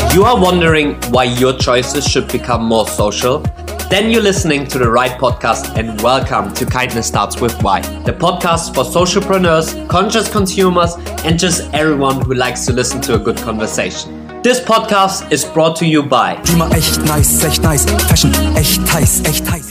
You are wondering why your choices should become more social? Then you're listening to the right podcast, and welcome to Kindness Starts With Why, the podcast for socialpreneurs, conscious consumers, and just everyone who likes to listen to a good conversation. This podcast is brought to you by Klima echt nice, Fashion echt heiß.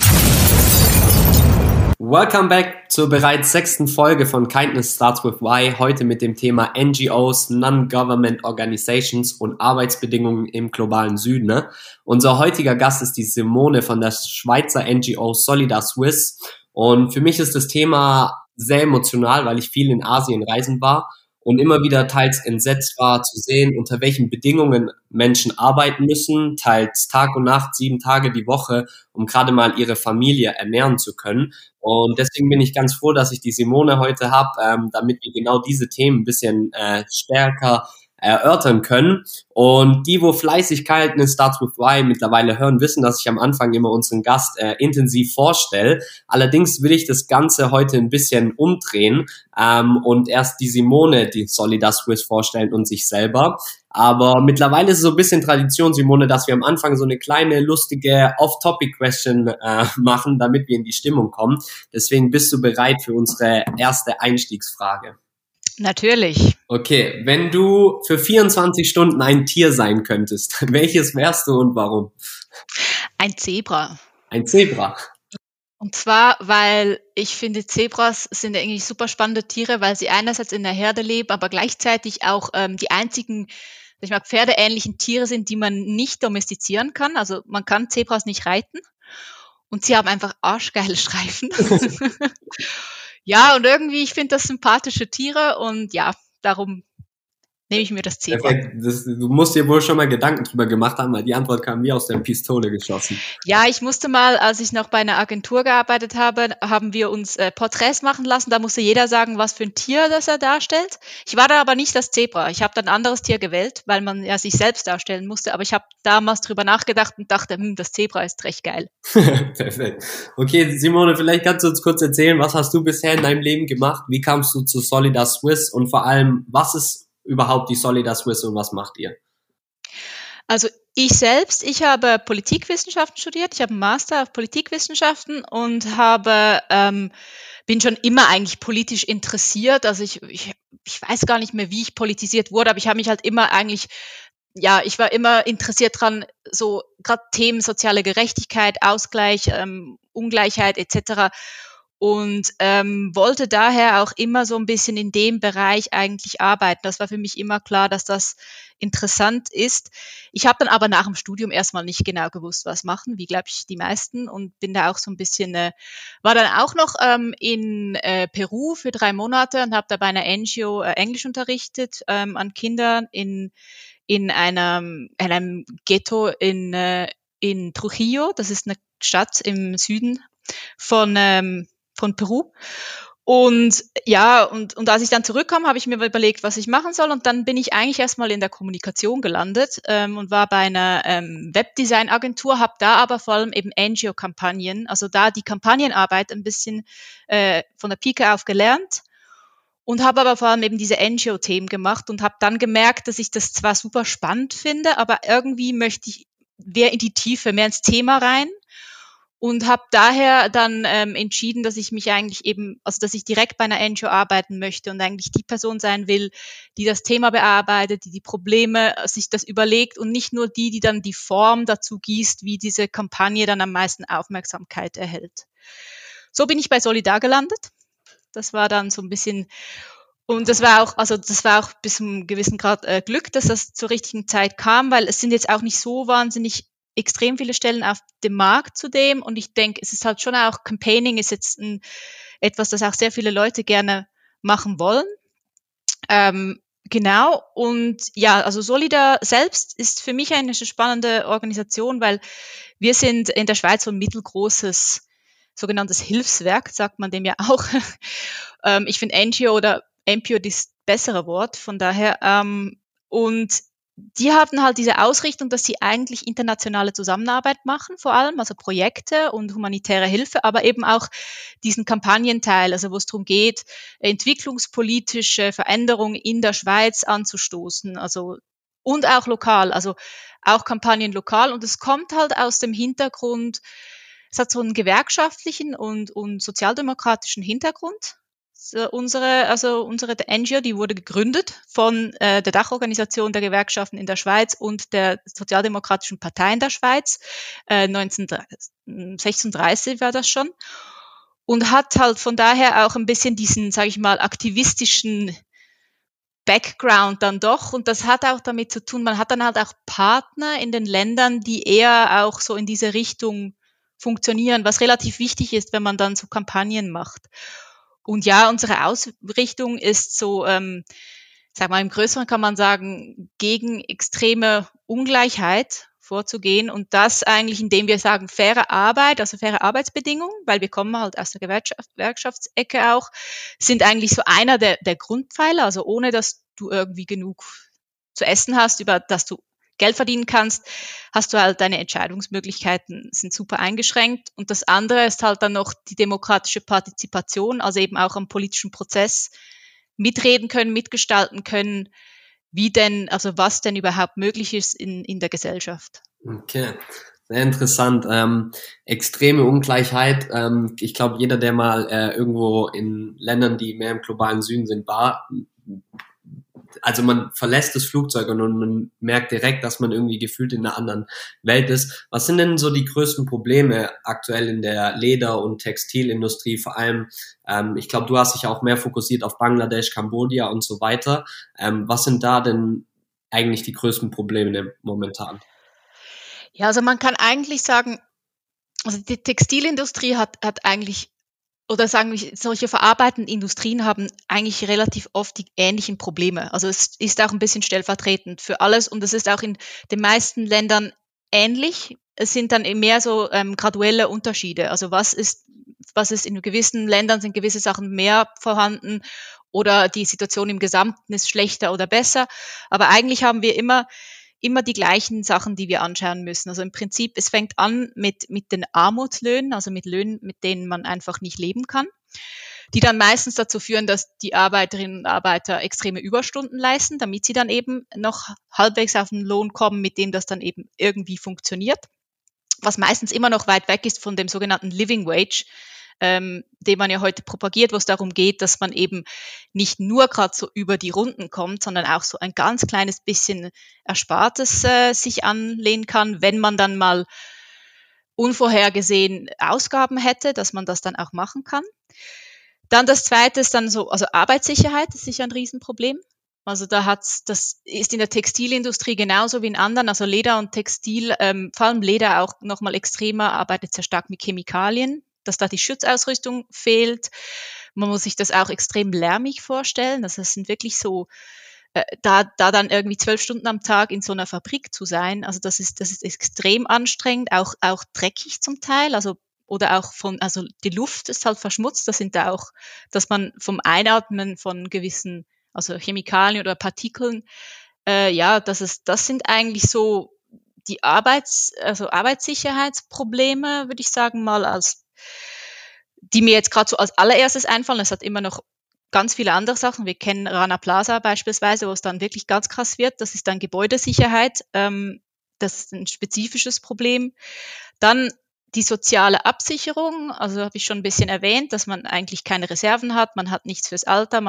Welcome back zur bereits 6. Folge von Kindness Starts With Why, heute mit dem Thema NGOs, Non-Government Organizations und Arbeitsbedingungen im globalen Süden. Ne? Unser heutiger Gast ist die Simone von der Schweizer NGO Solidar Suisse, und für mich ist das Thema sehr emotional, weil ich viel in Asien reisen war und immer wieder teils entsetzt war zu sehen, unter welchen Bedingungen Menschen arbeiten müssen, teils Tag und Nacht, 7 Tage die Woche, um gerade mal ihre Familie ernähren zu können. Und deswegen bin ich ganz froh, dass ich die Simone heute habe, damit wir genau diese Themen ein bisschen stärker erörtern können. Und die, wo fleißig Kindness Starts With Why mittlerweile hören, wissen, dass ich am Anfang immer unseren Gast intensiv vorstelle. Allerdings will ich das Ganze heute ein bisschen umdrehen und erst die Simone, die Solidar Suisse, vorstellen und sich selber. Aber mittlerweile ist es so ein bisschen Tradition, Simone, dass wir am Anfang so eine kleine, lustige Off-Topic-Question machen, damit wir in die Stimmung kommen. Deswegen bist du bereit für unsere erste Einstiegsfrage? Natürlich. Okay, wenn du für 24 Stunden ein Tier sein könntest, welches wärst du und warum? Ein Zebra. Ein Zebra? Und zwar, weil ich finde, Zebras sind eigentlich super spannende Tiere, weil sie einerseits in der Herde leben, aber gleichzeitig auch die einzigen, ich mag, pferdeähnlichen Tiere sind, die man nicht domestizieren kann. Also man kann Zebras nicht reiten und sie haben einfach arschgeile Streifen. Ja, und irgendwie, ich finde das sympathische Tiere und ja, darum nehme ich mir das Zebra. Perfekt. Du musst dir wohl schon mal Gedanken drüber gemacht haben, weil die Antwort kam wie aus der Pistole geschossen. Ja, ich musste mal, als ich noch bei einer Agentur gearbeitet habe, haben wir uns Porträts machen lassen. Da musste jeder sagen, was für ein Tier das er darstellt. Ich war da aber nicht das Zebra. Ich habe dann ein anderes Tier gewählt, weil man ja sich selbst darstellen musste. Aber ich habe damals drüber nachgedacht und dachte, das Zebra ist recht geil. Perfekt. Okay, Simone, vielleicht kannst du uns kurz erzählen, was hast du bisher in deinem Leben gemacht? Wie kamst du zu Solidar Suisse und vor allem, was ist überhaupt die Solidar Suisse und was macht ihr? Also ich habe Politikwissenschaften studiert. Ich habe einen Master auf Politikwissenschaften und bin schon immer eigentlich politisch interessiert. Also ich weiß gar nicht mehr, wie ich politisiert wurde, aber ich habe mich halt immer ich war immer interessiert dran, so gerade Themen soziale Gerechtigkeit, Ausgleich, Ungleichheit etc. Und wollte daher auch immer so ein bisschen in dem Bereich eigentlich arbeiten. Das war für mich immer klar, dass das interessant ist. Ich habe dann aber nach dem Studium erstmal nicht genau gewusst, was machen, wie, glaube ich, die meisten, und bin da auch so ein bisschen, war dann auch noch in Peru für 3 Monate und habe da bei einer NGO Englisch unterrichtet an Kindern in einem Ghetto in Trujillo. Das ist eine Stadt im Süden von Peru. Und ja, und als ich dann zurückkam, habe ich mir überlegt, was ich machen soll. Und dann bin ich eigentlich erstmal in der Kommunikation gelandet und war bei einer Webdesign-Agentur, habe da aber vor allem eben NGO-Kampagnen, also da die Kampagnenarbeit ein bisschen von der Pike auf gelernt. Und habe aber vor allem eben diese NGO-Themen gemacht und habe dann gemerkt, dass ich das zwar super spannend finde, aber irgendwie möchte ich mehr in die Tiefe, mehr ins Thema rein. Und habe daher dann entschieden, dass ich mich eigentlich dass ich direkt bei einer NGO arbeiten möchte und eigentlich die Person sein will, die das Thema bearbeitet, die Probleme sich das überlegt und nicht nur die dann die Form dazu gießt, wie diese Kampagne dann am meisten Aufmerksamkeit erhält. So bin ich bei Solidar gelandet. Das war dann so ein bisschen, und das war auch bis zu einem gewissen Grad Glück, dass das zur richtigen Zeit kam, weil es sind jetzt auch nicht so wahnsinnig extrem viele Stellen auf dem Markt zudem, und ich denke, es ist halt schon auch, Campaigning ist jetzt etwas, das auch sehr viele Leute gerne machen wollen. Genau, und ja, also Solidar selbst ist für mich eine spannende Organisation, weil wir sind in der Schweiz so ein mittelgroßes sogenanntes Hilfswerk, sagt man dem ja auch. Ich finde NGO oder NPO das bessere Wort, von daher. Und die haben halt diese Ausrichtung, dass sie eigentlich internationale Zusammenarbeit machen, vor allem, also Projekte und humanitäre Hilfe, aber eben auch diesen Kampagnenteil, also wo es darum geht, entwicklungspolitische Veränderungen in der Schweiz anzustoßen, also und auch lokal, also auch Kampagnen lokal. Und es kommt halt aus dem Hintergrund, es hat so einen gewerkschaftlichen und sozialdemokratischen Hintergrund. Unsere NGO, die wurde gegründet von der Dachorganisation der Gewerkschaften in der Schweiz und der Sozialdemokratischen Partei in der Schweiz. 1936 war das schon. Und hat halt von daher auch ein bisschen diesen, sage ich mal, aktivistischen Background dann doch. Und das hat auch damit zu tun, man hat dann halt auch Partner in den Ländern, die eher auch so in diese Richtung funktionieren, was relativ wichtig ist, wenn man dann so Kampagnen macht. Und ja, unsere Ausrichtung ist so, sag mal, im Größeren kann man sagen, gegen extreme Ungleichheit vorzugehen und das eigentlich, indem wir sagen, faire Arbeit, also faire Arbeitsbedingungen, weil wir kommen halt aus der Gewerkschaftsecke auch, sind eigentlich so einer der Grundpfeiler, also ohne, dass du irgendwie genug zu essen hast, über das du Geld verdienen kannst, hast du halt deine Entscheidungsmöglichkeiten sind super eingeschränkt. Und das andere ist halt dann noch die demokratische Partizipation, also eben auch am politischen Prozess mitreden können, mitgestalten können, wie denn, also was denn überhaupt möglich ist in der Gesellschaft. Okay, sehr interessant. Extreme Ungleichheit. Ich glaube, jeder, der mal irgendwo in Ländern, die mehr im globalen Süden sind, war, also man verlässt das Flugzeug und man merkt direkt, dass man irgendwie gefühlt in einer anderen Welt ist. Was sind denn so die größten Probleme aktuell in der Leder- und Textilindustrie? Vor allem, ich glaube, du hast dich auch mehr fokussiert auf Bangladesch, Kambodscha und so weiter. Was sind da denn eigentlich die größten Probleme momentan? Ja, also man kann eigentlich sagen, also die Textilindustrie hat eigentlich, oder sagen wir, solche verarbeitenden Industrien haben eigentlich relativ oft die ähnlichen Probleme. Also es ist auch ein bisschen stellvertretend für alles und es ist auch in den meisten Ländern ähnlich. Es sind dann mehr so graduelle Unterschiede. Also was ist in gewissen Ländern sind gewisse Sachen mehr vorhanden oder die Situation im Gesamten ist schlechter oder besser. Aber eigentlich haben wir immer die gleichen Sachen, die wir anschauen müssen. Also im Prinzip, es fängt an mit den Armutslöhnen, also mit Löhnen, mit denen man einfach nicht leben kann, die dann meistens dazu führen, dass die Arbeiterinnen und Arbeiter extreme Überstunden leisten, damit sie dann eben noch halbwegs auf den Lohn kommen, mit dem das dann eben irgendwie funktioniert, was meistens immer noch weit weg ist von dem sogenannten Living Wage, den man ja heute propagiert, wo es darum geht, dass man eben nicht nur gerade so über die Runden kommt, sondern auch so ein ganz kleines bisschen Erspartes sich anlehnen kann, wenn man dann mal unvorhergesehen Ausgaben hätte, dass man das dann auch machen kann. Dann das Zweite ist dann so, also Arbeitssicherheit ist sicher ein Riesenproblem. Also das ist in der Textilindustrie genauso wie in anderen, also Leder und Textil, vor allem Leder auch nochmal extremer, arbeitet sehr stark mit Chemikalien, dass da die Schutzausrüstung fehlt. Man muss sich das auch extrem lärmig vorstellen. Also es sind wirklich so, da dann irgendwie 12 Stunden am Tag in so einer Fabrik zu sein, also das ist extrem anstrengend, auch dreckig zum Teil, also oder auch also die Luft ist halt verschmutzt, das sind da auch, dass man vom Einatmen von gewissen, also Chemikalien oder Partikeln, das sind eigentlich so die Arbeitssicherheitsprobleme, würde ich sagen, mal die mir jetzt gerade so als allererstes einfallen. Es hat immer noch ganz viele andere Sachen. Wir kennen Rana Plaza beispielsweise, wo es dann wirklich ganz krass wird. Das ist dann Gebäudesicherheit. Das ist ein spezifisches Problem. Dann die soziale Absicherung, also habe ich schon ein bisschen erwähnt, dass man eigentlich keine Reserven hat, man hat nichts fürs Alter,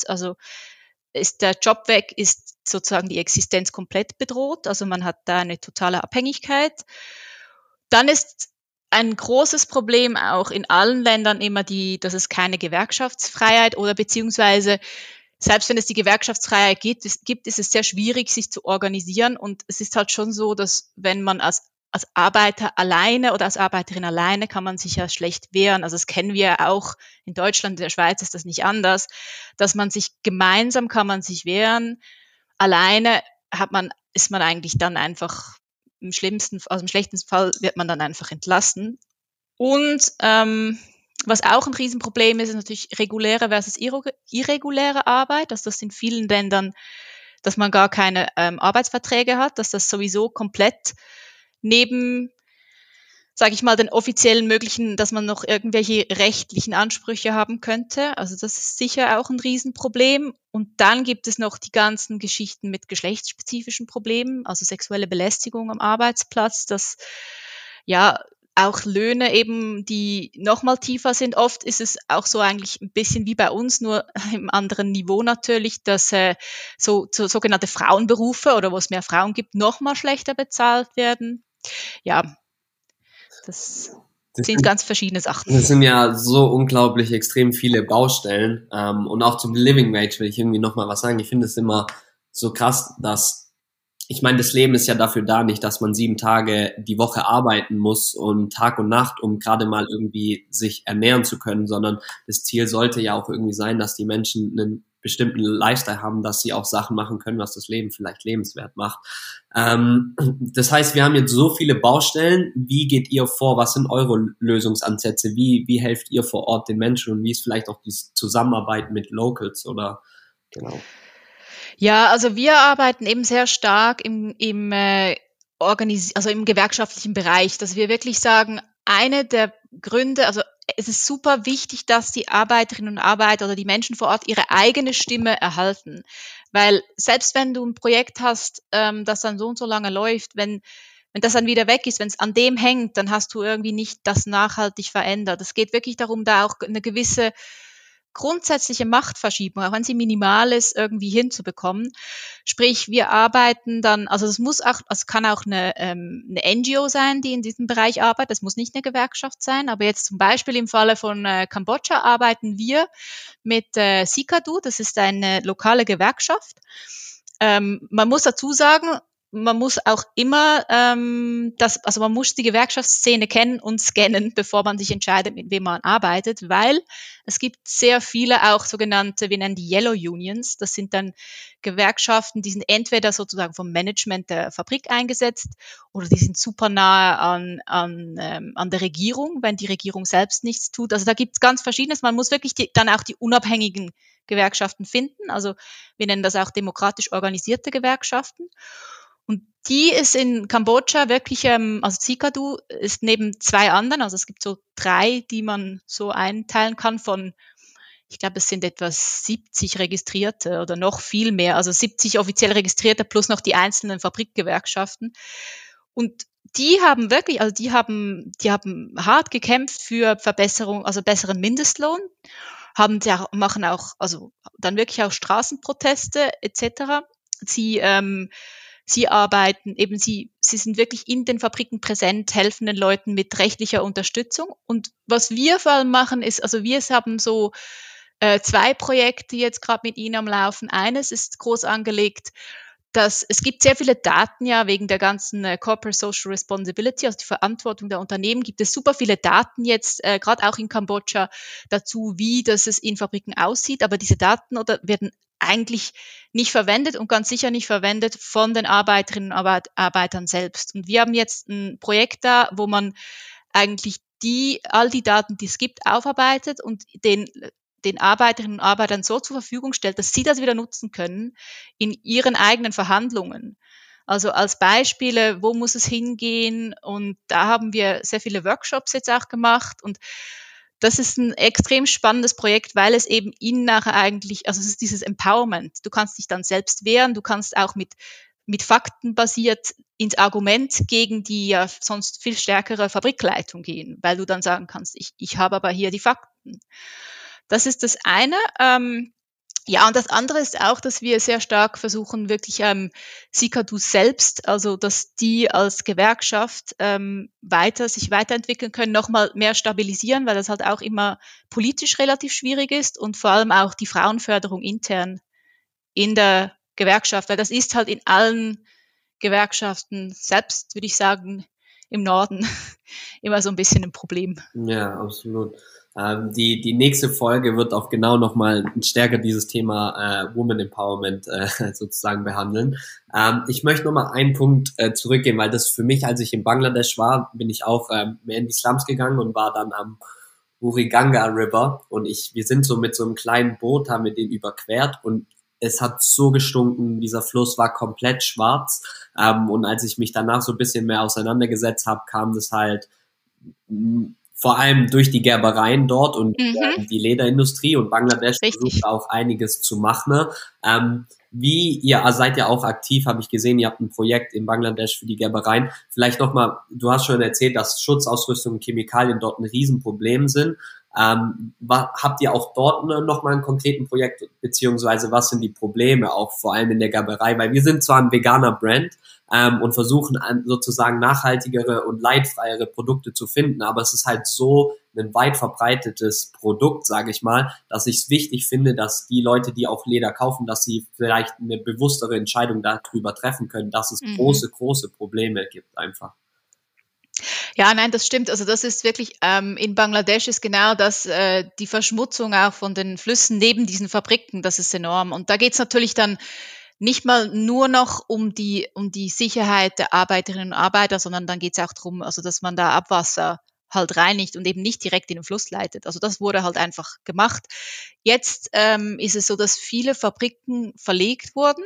ist der Job weg, ist sozusagen die Existenz komplett bedroht, also man hat da eine totale Abhängigkeit. Dann ist ein großes Problem auch in allen Ländern immer dass es keine Gewerkschaftsfreiheit oder beziehungsweise selbst wenn es die Gewerkschaftsfreiheit gibt, ist es sehr schwierig, sich zu organisieren und es ist halt schon so, dass wenn man als Arbeiter alleine oder als Arbeiterin alleine kann man sich ja schlecht wehren. Also das kennen wir auch in Deutschland, in der Schweiz ist das nicht anders, dass man sich gemeinsam kann man sich wehren. Alleine ist man eigentlich dann einfach im schlechtesten Fall wird man dann einfach entlassen. Und was auch ein Riesenproblem ist natürlich reguläre versus irreguläre Arbeit. Also das in vielen Ländern, dass man gar keine Arbeitsverträge hat, dass das sowieso komplett neben sage ich mal, den offiziellen möglichen, dass man noch irgendwelche rechtlichen Ansprüche haben könnte. Also das ist sicher auch ein Riesenproblem. Und dann gibt es noch die ganzen Geschichten mit geschlechtsspezifischen Problemen, also sexuelle Belästigung am Arbeitsplatz, dass ja auch Löhne eben, die nochmal tiefer sind. Oft ist es auch so eigentlich ein bisschen wie bei uns, nur im anderen Niveau natürlich, dass so sogenannte Frauenberufe oder wo es mehr Frauen gibt, nochmal schlechter bezahlt werden. Ja, das sind ganz verschiedene Sachen. Das sind ja so unglaublich extrem viele Baustellen. Und auch zum Living Wage will ich irgendwie nochmal was sagen. Ich finde es immer so krass, dass, ich meine, das Leben ist ja dafür da, nicht, dass man 7 Tage die Woche arbeiten muss und Tag und Nacht, um gerade mal irgendwie sich ernähren zu können, sondern das Ziel sollte ja auch irgendwie sein, dass die Menschen einen bestimmten Lifestyle haben, dass sie auch Sachen machen können, was das Leben vielleicht lebenswert macht. Das heißt, wir haben jetzt so viele Baustellen. Wie geht ihr vor? Was sind eure Lösungsansätze? Wie helft ihr vor Ort den Menschen und wie ist vielleicht auch die Zusammenarbeit mit Locals oder genau? Ja, also wir arbeiten eben sehr stark also im gewerkschaftlichen Bereich, dass wir wirklich sagen, eine der Gründe, also es ist super wichtig, dass die Arbeiterinnen und Arbeiter oder die Menschen vor Ort ihre eigene Stimme erhalten. Weil selbst wenn du ein Projekt hast, das dann so und so lange läuft, wenn das dann wieder weg ist, wenn es an dem hängt, dann hast du irgendwie nicht das nachhaltig verändert. Es geht wirklich darum, da auch eine gewisse grundsätzliche Machtverschiebung, auch wenn sie minimal ist, irgendwie hinzubekommen. Sprich, wir arbeiten dann, also es muss auch, also kann auch eine NGO sein, die in diesem Bereich arbeitet. Das muss nicht eine Gewerkschaft sein, aber jetzt zum Beispiel im Falle von Kambodscha arbeiten wir mit Sikadu, das ist eine lokale Gewerkschaft. Man muss dazu sagen, man muss auch immer also man muss die Gewerkschaftsszene kennen und scannen, bevor man sich entscheidet, mit wem man arbeitet, weil es gibt sehr viele auch sogenannte, wir nennen die Yellow Unions, das sind dann Gewerkschaften, die sind entweder sozusagen vom Management der Fabrik eingesetzt oder die sind super nahe an der Regierung, wenn die Regierung selbst nichts tut. Also da gibt es ganz Verschiedenes. Man muss wirklich dann auch die unabhängigen Gewerkschaften finden. Also wir nennen das auch demokratisch organisierte Gewerkschaften. Und die ist in Kambodscha wirklich, also Sikadu ist neben 2 anderen, also es gibt so 3, die man so einteilen kann von, ich glaube, es sind etwa 70 Registrierte oder noch viel mehr, also 70 offiziell Registrierte plus noch die einzelnen Fabrikgewerkschaften. Und die haben wirklich, also die haben hart gekämpft für Verbesserung, also besseren Mindestlohn, machen auch, also dann wirklich auch Straßenproteste etc. Sie arbeiten eben, sie sind wirklich in den Fabriken präsent, helfen den Leuten mit rechtlicher Unterstützung. Und was wir vor allem machen, ist, also wir haben so 2 Projekte jetzt gerade mit Ihnen am Laufen. Eines ist groß angelegt, dass es gibt sehr viele Daten ja wegen der ganzen Corporate Social Responsibility, also die Verantwortung der Unternehmen, gibt es super viele Daten jetzt, gerade auch in Kambodscha, dazu, wie das es in Fabriken aussieht. Aber diese Daten werden eigentlich nicht verwendet und ganz sicher nicht verwendet von den Arbeiterinnen und Arbeitern selbst. Und wir haben jetzt ein Projekt da, wo man eigentlich all die Daten, die es gibt, aufarbeitet und den Arbeiterinnen und Arbeitern so zur Verfügung stellt, dass sie das wieder nutzen können in ihren eigenen Verhandlungen. Also als Beispiele, wo muss es hingehen? Und da haben wir sehr viele Workshops jetzt auch gemacht. Und das ist ein extrem spannendes Projekt, weil es eben ihnen nachher eigentlich, also es ist dieses Empowerment. Du kannst dich dann selbst wehren, du kannst auch mit Fakten basiert ins Argument gegen die ja sonst viel stärkere Fabrikleitung gehen, weil du dann sagen kannst, ich habe aber hier die Fakten. Das ist das eine. Ja, und das andere ist auch, dass wir sehr stark versuchen, wirklich Sikadu selbst, also dass die als Gewerkschaft sich weiterentwickeln können, nochmal mehr stabilisieren, weil das halt auch immer politisch relativ schwierig ist und vor allem auch die Frauenförderung intern in der Gewerkschaft, weil das ist halt in allen Gewerkschaften, selbst würde ich sagen, im Norden immer so ein bisschen ein Problem. Ja, absolut. Die nächste Folge wird auch genau nochmal stärker dieses Thema Woman Empowerment sozusagen behandeln. Ich möchte nochmal einen Punkt zurückgehen, weil das für mich, als ich in Bangladesch war, bin ich auch mehr in die Slums gegangen und war dann am Buriganga River und wir sind so mit so einem kleinen Boot, haben wir den überquert und es hat so gestunken, dieser Fluss war komplett schwarz und als ich mich danach so ein bisschen mehr auseinandergesetzt habe, kam das halt vor allem durch die Gerbereien dort und Mhm, die Lederindustrie, und Bangladesch versucht richtig. auch einiges zu machen. Ne? Ihr seid ja auch aktiv, habe ich gesehen, ihr habt ein Projekt in Bangladesch für die Gerbereien. Vielleicht nochmal, du hast schon erzählt, dass Schutzausrüstung und Chemikalien dort ein Riesenproblem sind. Habt ihr auch dort nochmal einen konkreten Projekt, beziehungsweise was sind die Probleme auch vor allem in der Gerberei? Weil wir sind zwar ein veganer Brand, und versuchen sozusagen nachhaltigere und leidfreiere Produkte zu finden, aber es ist halt so ein weit verbreitetes Produkt, sage ich mal, dass ich es wichtig finde, dass die Leute, die auch Leder kaufen, dass sie vielleicht eine bewusstere Entscheidung darüber treffen können, dass es Mhm. große, große Probleme gibt einfach. Ja, nein, das stimmt. Also das ist wirklich, in Bangladesch ist genau das, die Verschmutzung auch von den Flüssen neben diesen Fabriken, das ist enorm. Und da geht's natürlich dann nicht mal nur noch um die Sicherheit der Arbeiterinnen und Arbeiter, sondern dann geht's auch drum, also dass man da Abwasser halt reinigt und eben nicht direkt in den Fluss leitet. Also das wurde halt einfach gemacht. Jetzt ist es so, dass viele Fabriken verlegt wurden.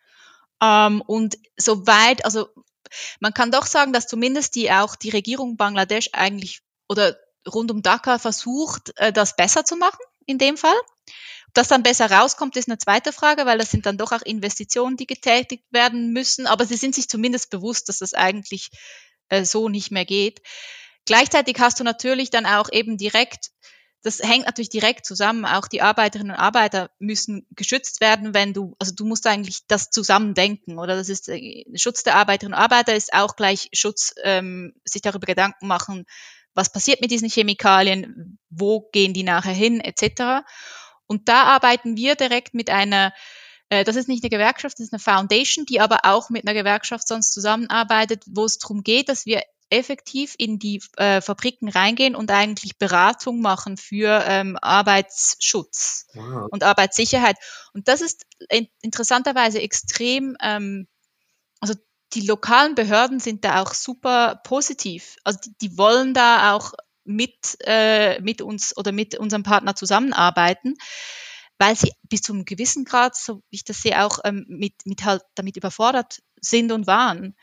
Und soweit, also man kann doch sagen, dass zumindest die Regierung Bangladesch eigentlich oder rund um Dhaka versucht, das besser zu machen in dem Fall. Ob das dann besser rauskommt, ist eine zweite Frage, weil das sind dann doch auch Investitionen, die getätigt werden müssen. Aber sie sind sich zumindest bewusst, dass das eigentlich so nicht mehr geht. Gleichzeitig hast du natürlich dann auch eben direkt, das hängt natürlich direkt zusammen, auch die Arbeiterinnen und Arbeiter müssen geschützt werden, wenn du, also du musst eigentlich das zusammen denken, oder das ist, Schutz der Arbeiterinnen und Arbeiter ist auch gleich Schutz, sich darüber Gedanken machen, was passiert mit diesen Chemikalien, wo gehen die nachher hin, etc. Und da arbeiten wir direkt mit einer, das ist nicht eine Gewerkschaft, das ist eine Foundation, die aber auch mit einer Gewerkschaft sonst zusammenarbeitet, wo es darum geht, dass wir effektiv in die Fabriken reingehen und eigentlich Beratung machen für Arbeitsschutz Wow. und Arbeitssicherheit. Und das ist interessanterweise extrem, also die lokalen Behörden sind da auch super positiv. Also die wollen da auch mit uns oder mit unserem Partner zusammenarbeiten, weil sie bis zu einem gewissen Grad, so wie ich das sehe, auch mit halt damit überfordert sind und waren.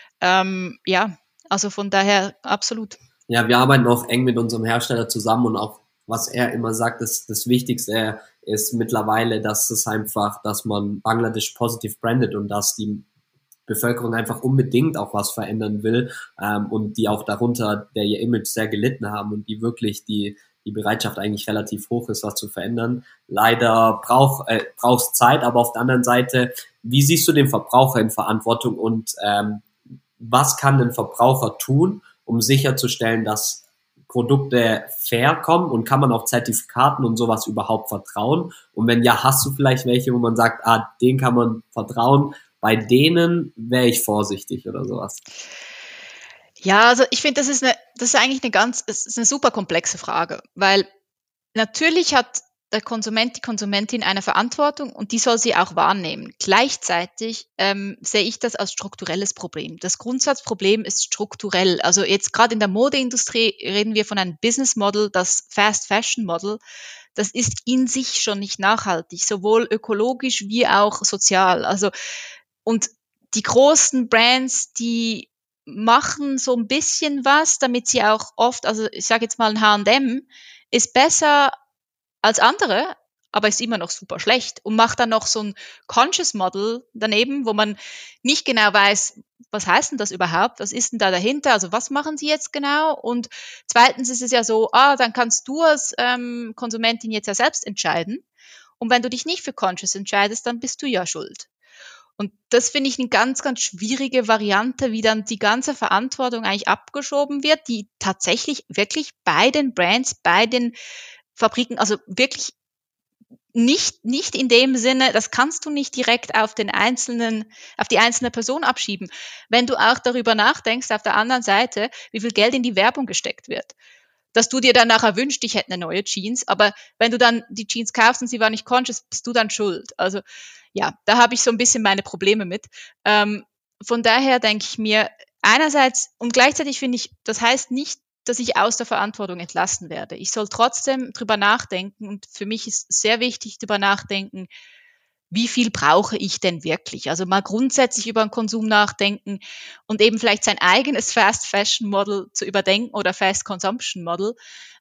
Ja, also von daher absolut. Ja, wir arbeiten auch eng mit unserem Hersteller zusammen, und auch, was er immer sagt, ist das Wichtigste ist mittlerweile, dass es einfach, dass man Bangladesch positiv brandet und dass die Bevölkerung einfach unbedingt auch was verändern will, und die auch darunter, der ihr Image sehr gelitten haben und die wirklich die Bereitschaft eigentlich relativ hoch ist, was zu verändern. Leider braucht's Zeit, aber auf der anderen Seite, wie siehst du den Verbraucher in Verantwortung, und was kann ein Verbraucher tun, um sicherzustellen, dass Produkte fair kommen, und kann man auf Zertifikaten und sowas überhaupt vertrauen? Und wenn ja, hast du vielleicht welche, wo man sagt, denen kann man vertrauen, bei denen wäre ich vorsichtig oder sowas? Ja, also ich finde, das ist eigentlich es ist eine super komplexe Frage, weil natürlich hat der Konsument, die Konsumentin eine Verantwortung und die soll sie auch wahrnehmen. Gleichzeitig sehe ich das als strukturelles Problem. Das Grundsatzproblem ist strukturell. Also jetzt gerade in der Modeindustrie reden wir von einem Business Model, das Fast Fashion Model. Das ist in sich schon nicht nachhaltig, sowohl ökologisch wie auch sozial. Also und die großen Brands, die machen so ein bisschen was, damit sie auch oft, also ich sage jetzt mal ein H&M ist besser als andere, aber ist immer noch super schlecht und macht dann noch so ein Conscious Model daneben, wo man nicht genau weiß, was heißt denn das überhaupt? Was ist denn da dahinter? Also was machen sie jetzt genau? Und zweitens ist es ja so, dann kannst du als Konsumentin jetzt ja selbst entscheiden. Und wenn du dich nicht für Conscious entscheidest, dann bist du ja schuld. Und das finde ich eine ganz, ganz schwierige Variante, wie dann die ganze Verantwortung eigentlich abgeschoben wird, die tatsächlich wirklich bei den Brands, bei den Fabriken, also wirklich nicht in dem Sinne, das kannst du nicht direkt auf auf die einzelne Person abschieben. Wenn du auch darüber nachdenkst, auf der anderen Seite, wie viel Geld in die Werbung gesteckt wird. Dass du dir dann nachher wünschst, ich hätte eine neue Jeans, aber wenn du dann die Jeans kaufst und sie war nicht conscious, bist du dann schuld. Also ja, da habe ich so ein bisschen meine Probleme mit. Von daher denke ich mir, einerseits und gleichzeitig finde ich, das heißt nicht, dass ich aus der Verantwortung entlassen werde. Ich soll trotzdem drüber nachdenken und für mich ist sehr wichtig, drüber nachdenken, wie viel brauche ich denn wirklich? Also mal grundsätzlich über den Konsum nachdenken und eben vielleicht sein eigenes Fast Fashion Model zu überdenken oder Fast Consumption Model,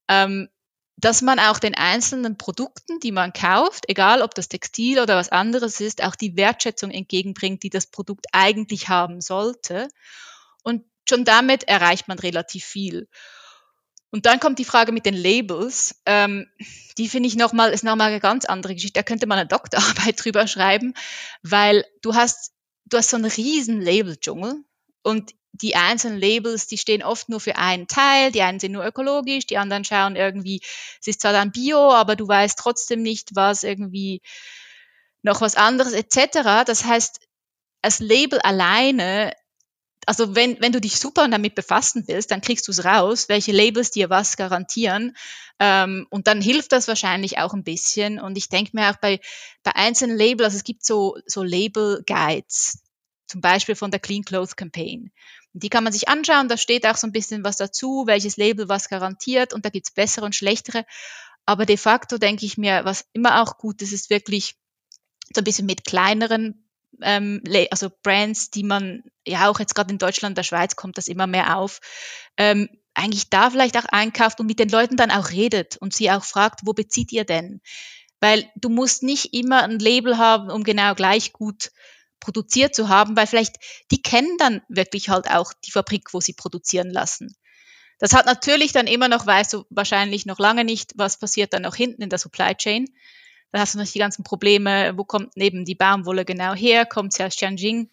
dass man auch den einzelnen Produkten, die man kauft, egal ob das Textil oder was anderes ist, auch die Wertschätzung entgegenbringt, die das Produkt eigentlich haben sollte. Und schon damit erreicht man relativ viel. Und dann kommt die Frage mit den Labels. Die finde ich ist nochmal eine ganz andere Geschichte. Da könnte man eine Doktorarbeit drüber schreiben, weil du hast so einen riesen Label-Dschungel und die einzelnen Labels, die stehen oft nur für einen Teil. Die einen sind nur ökologisch, die anderen schauen irgendwie, es ist zwar dann Bio, aber du weißt trotzdem nicht, was irgendwie noch was anderes etc. Das heißt, als Label alleine, also wenn du dich super damit befassen willst, dann kriegst du es raus, welche Labels dir was garantieren. Und dann hilft das wahrscheinlich auch ein bisschen. Und ich denke mir auch bei einzelnen Labels, also es gibt so Label-Guides, zum Beispiel von der Clean Clothes Campaign. Und die kann man sich anschauen, da steht auch so ein bisschen was dazu, welches Label was garantiert. Und da gibt's bessere und schlechtere. Aber de facto denke ich mir, was immer auch gut ist, ist wirklich so ein bisschen mit kleineren also Brands, die man ja auch jetzt gerade in Deutschland, der Schweiz kommt das immer mehr auf, eigentlich da vielleicht auch einkauft und mit den Leuten dann auch redet und sie auch fragt, wo bezieht ihr denn? Weil du musst nicht immer ein Label haben, um genau gleich gut produziert zu haben, weil vielleicht die kennen dann wirklich halt auch die Fabrik, wo sie produzieren lassen. Das hat natürlich dann immer noch, weißt du wahrscheinlich noch lange nicht, was passiert dann noch hinten in der Supply Chain. Dann hast du noch die ganzen Probleme, wo kommt neben die Baumwolle genau her, kommt sie aus Tianjin,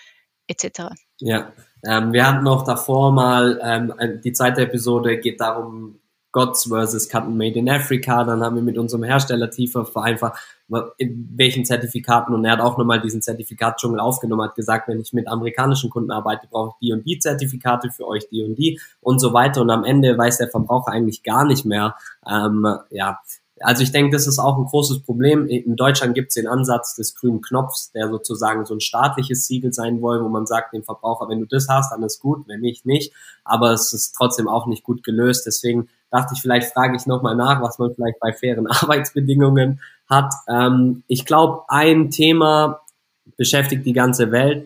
etc. Ja, wir hatten noch davor mal, die zweite Episode geht darum, Gods versus Cotton Made in Africa, dann haben wir mit unserem Hersteller tiefer vereinfacht, in welchen Zertifikaten, und er hat auch nochmal diesen Zertifikatdschungel aufgenommen, hat gesagt, wenn ich mit amerikanischen Kunden arbeite, brauche ich die und die Zertifikate, für euch die und so weiter, und am Ende weiß der Verbraucher eigentlich gar nicht mehr, also ich denke, das ist auch ein großes Problem. In Deutschland gibt es den Ansatz des grünen Knopfs, der sozusagen so ein staatliches Siegel sein soll, wo man sagt dem Verbraucher, wenn du das hast, dann ist gut, wenn nicht. Aber es ist trotzdem auch nicht gut gelöst. Deswegen dachte ich, vielleicht frage ich nochmal nach, was man vielleicht bei fairen Arbeitsbedingungen hat. Ich glaube, ein Thema beschäftigt die ganze Welt,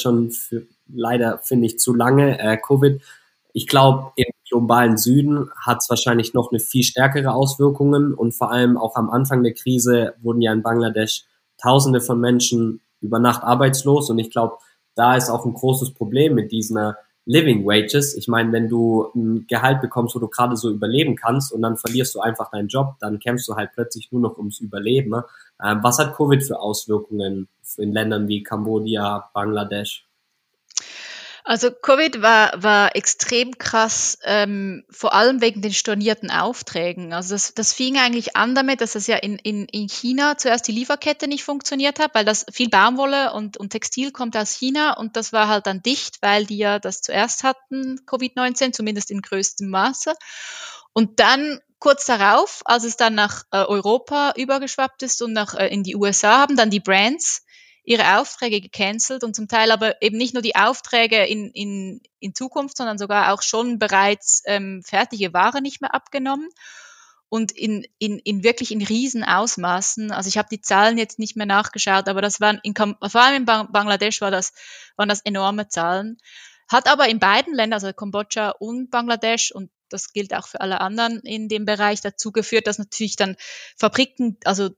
leider finde ich zu lange, Covid. Ich glaube, im globalen Süden hat es wahrscheinlich noch eine viel stärkere Auswirkungen, und vor allem auch am Anfang der Krise wurden ja in Bangladesch Tausende von Menschen über Nacht arbeitslos, und ich glaube, da ist auch ein großes Problem mit diesen Living Wages. Ich meine, wenn du ein Gehalt bekommst, wo du gerade so überleben kannst, und dann verlierst du einfach deinen Job, dann kämpfst du halt plötzlich nur noch ums Überleben. Ne? Was hat Covid für Auswirkungen in Ländern wie Kambodscha, Bangladesch? Also Covid war extrem krass, vor allem wegen den stornierten Aufträgen. Also das fing eigentlich an damit, dass es ja in China zuerst die Lieferkette nicht funktioniert hat, weil das viel Baumwolle und Textil kommt aus China, und das war halt dann dicht, weil die ja das zuerst hatten, Covid-19, zumindest in größtem Maße. Und dann kurz darauf, als es dann nach Europa übergeschwappt ist und in die USA, haben dann die Brands ihre Aufträge gecancelt, und zum Teil aber eben nicht nur die Aufträge in Zukunft, sondern sogar auch schon bereits fertige Ware nicht mehr abgenommen, und wirklich in Riesenausmaßen. Also ich habe die Zahlen jetzt nicht mehr nachgeschaut, aber das waren vor allem in Bangladesch waren das enorme Zahlen. Hat aber in beiden Ländern, also Kambodscha und Bangladesch, und das gilt auch für alle anderen in dem Bereich, dazu geführt, dass natürlich dann Fabriken, also